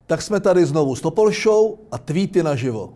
Tak jsme tady znovu s Topol Show a tweety naživo.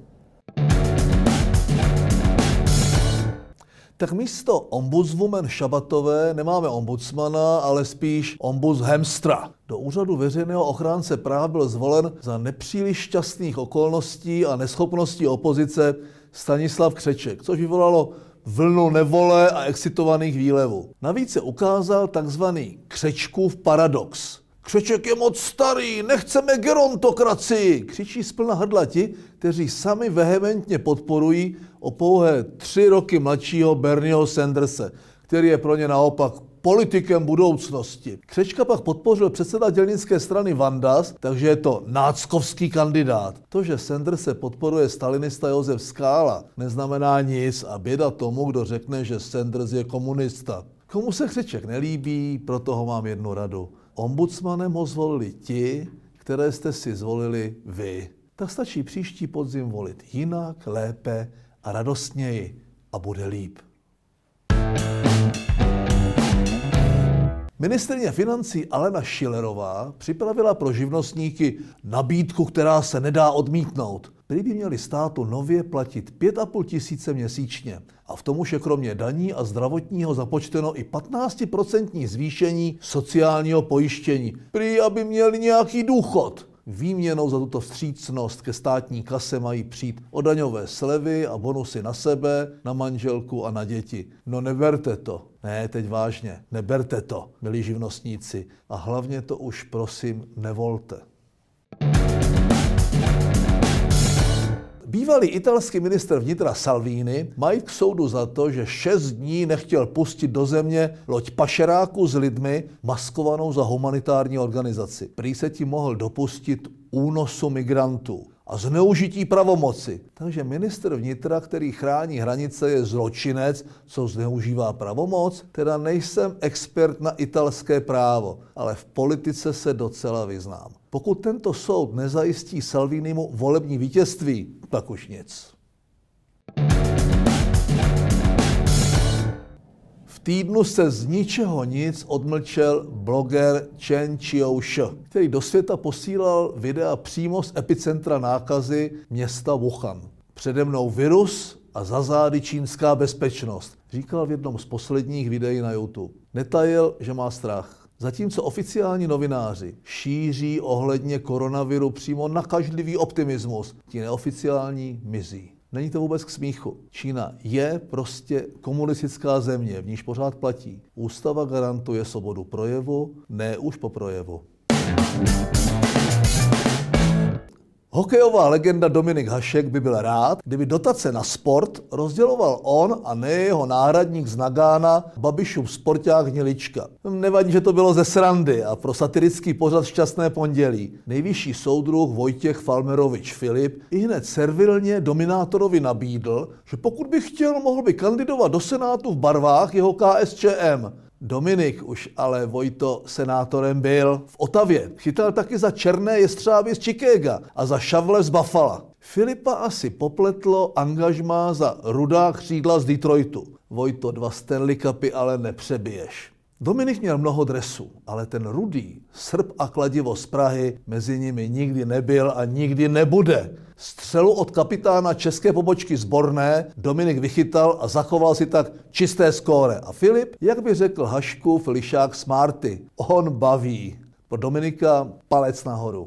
Tak místo ombudswoman Šabatové nemáme ombudsmana, ale spíš ombudshamstra. Do úřadu veřejného ochránce práv byl zvolen za nepříliš šťastných okolností a neschopností opozice Stanislav Křeček, což vyvolalo vlnu nevole a excitovaných výlevů. Navíc se ukázal takzvaný Křečkův paradox. Křeček je moc starý, nechceme gerontokracii, křičí splna hrdla ti, kteří sami vehementně podporují o pouhé 3 roky mladšího Bernieho Sanderse, který je pro ně naopak politikem budoucnosti. Křečka pak podpořil předseda dělnické strany Vandas, takže je to náckovský kandidát. To, že Sanderse podporuje stalinista Josef Skála, neznamená nic a běda tomu, kdo řekne, že Sanders je komunista. Komu se Křeček nelíbí, proto ho mám jednu radu. Ombudsmanem ho zvolili ti, které jste si zvolili vy. Tak stačí příští podzim volit jinak, lépe a radostněji a bude líp. Ministryně financí Alena Schillerová připravila pro živnostníky nabídku, která se nedá odmítnout. Prý by měli státu nově platit 5,5 tisíce měsíčně. A v tom už je kromě daní a zdravotního započteno i 15% zvýšení sociálního pojištění. Prý, aby měli nějaký důchod. Výměnou za tuto vstřícnost ke státní kase mají přijít o daňové slevy a bonusy na sebe, na manželku a na děti. No neberte to. Ne, teď vážně. Neberte to, milí živnostníci. A hlavně to už prosím nevolte. Bývalý italský ministr vnitra Salvini mají k soudu za to, že 6 dní nechtěl pustit do země loď pašeráků s lidmi maskovanou za humanitární organizaci. Prý se tím mohl dopustit únosu migrantů a zneužití pravomoci. Takže ministr vnitra, který chrání hranice, je zločinec, co zneužívá pravomoc. Teda nejsem expert na italské právo, ale v politice se docela vyznám. Pokud tento soud nezajistí Salvinimu volební vítězství, tak už nic. V týdnu se z ničeho nic odmlčel bloger Chen Qiushi, který do světa posílal videa přímo z epicentra nákazy města Wuhan. Přede mnou virus a za zády čínská bezpečnost, říkal v jednom z posledních videí na YouTube. Netajil, že má strach. Zatímco oficiální novináři šíří ohledně koronaviru přímo nakažlivý optimismus, ti neoficiální mizí. Není to vůbec k smíchu. Čína je prostě komunistická země, v níž pořád platí. Ústava garantuje svobodu projevu, ne už po projevu. Hokejová legenda Dominik Hašek by byl rád, kdyby dotace na sport rozděloval on a ne jeho náhradník z Nagána, Babišův sporták Hnilička. Nevadí, že to bylo ze srandy a pro satirický pořad Šťastné pondělí. Nejvyšší soudruh Vojtěch Falmerovič Filip ihned servilně dominátorovi nabídl, že pokud by chtěl, mohl by kandidovat do Senátu v barvách jeho KSČM. Dominik už ale Vojto senátorem byl. V Otavě chytal taky za černé jestřáby z Chicaga a za šavle z Buffala. Filipa asi popletlo angažmá za rudá křídla z Detroitu. Vojto, 2 Stanley Cupy ale nepřebiješ. Dominik měl mnoho dresů, ale ten rudý, srp a kladivo z Prahy mezi nimi nikdy nebyl a nikdy nebude. Střelu od kapitána české pobočky Zborné Dominik vychytal a zachoval si tak čisté skóre. A Filip, jak by řekl Haškův lišák Smarty, on baví. Pro Dominika palec nahoru.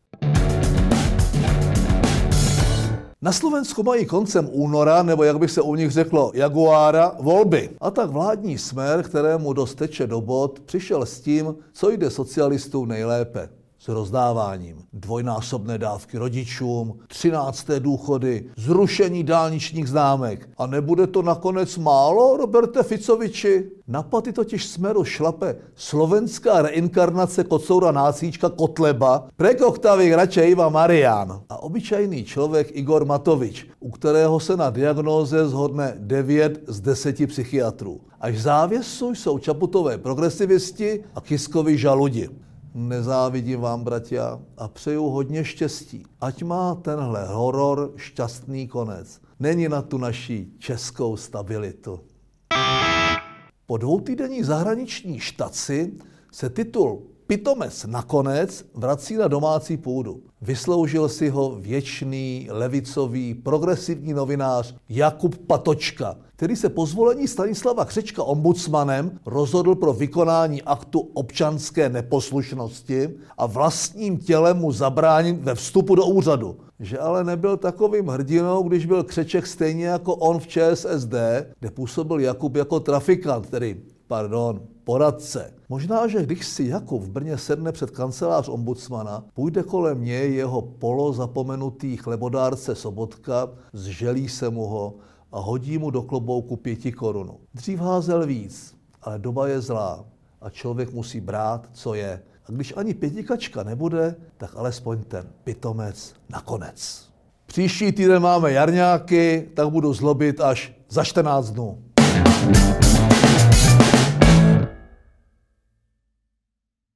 Na Slovensku mají koncem února, nebo jak by se u nich řeklo, jaguára, volby. A tak vládní smer, kterému dost teče do bod, přišel s tím, co jde socialistům nejlépe. S rozdáváním. 2násobné dávky rodičům, 13. důchody, zrušení dálničních známek. A nebude to nakonec málo, Roberte Ficoviči? Na paty totiž Smeru šlape slovenská reinkarnace kocoura nácíčka Kotleba, prek Oktavik radšej Iva Marián a obyčejný člověk Igor Matovič, u kterého se na diagnóze shodne 9 z 10 psychiatrů. Až závěsu jsou Čaputové progresivisti a Kiskovi žaludi. Nezávidím vám, bratia, a přeju hodně štěstí. Ať má tenhle horor šťastný konec. Není na tu naší českou stabilitu. Po 2týdenní zahraniční štaci se titul pitomec nakonec vrací na domácí půdu. Vysloužil si ho věčný, levicový, progresivní novinář Jakub Patočka, který se po zvolení Stanislava Křečka ombudsmanem rozhodl pro vykonání aktu občanské neposlušnosti a vlastním tělem mu zabránit ve vstupu do úřadu. Že ale nebyl takovým hrdinou, když byl Křeček stejně jako on v ČSSD, kde působil Jakub jako trafikant, poradce. Možná, že když si Jakub v Brně sedne před kancelář ombudsmana, půjde kolem něj jeho polozapomenutý chlebodárce Sobotka, zželí se mu ho a hodí mu do klobouku 5 korun. Dřív házel víc, ale doba je zlá a člověk musí brát, co je. A když ani 5 nebude, tak alespoň ten pitomec nakonec. Příští týden máme jarňáky, tak budu zlobit až za 14 dnů.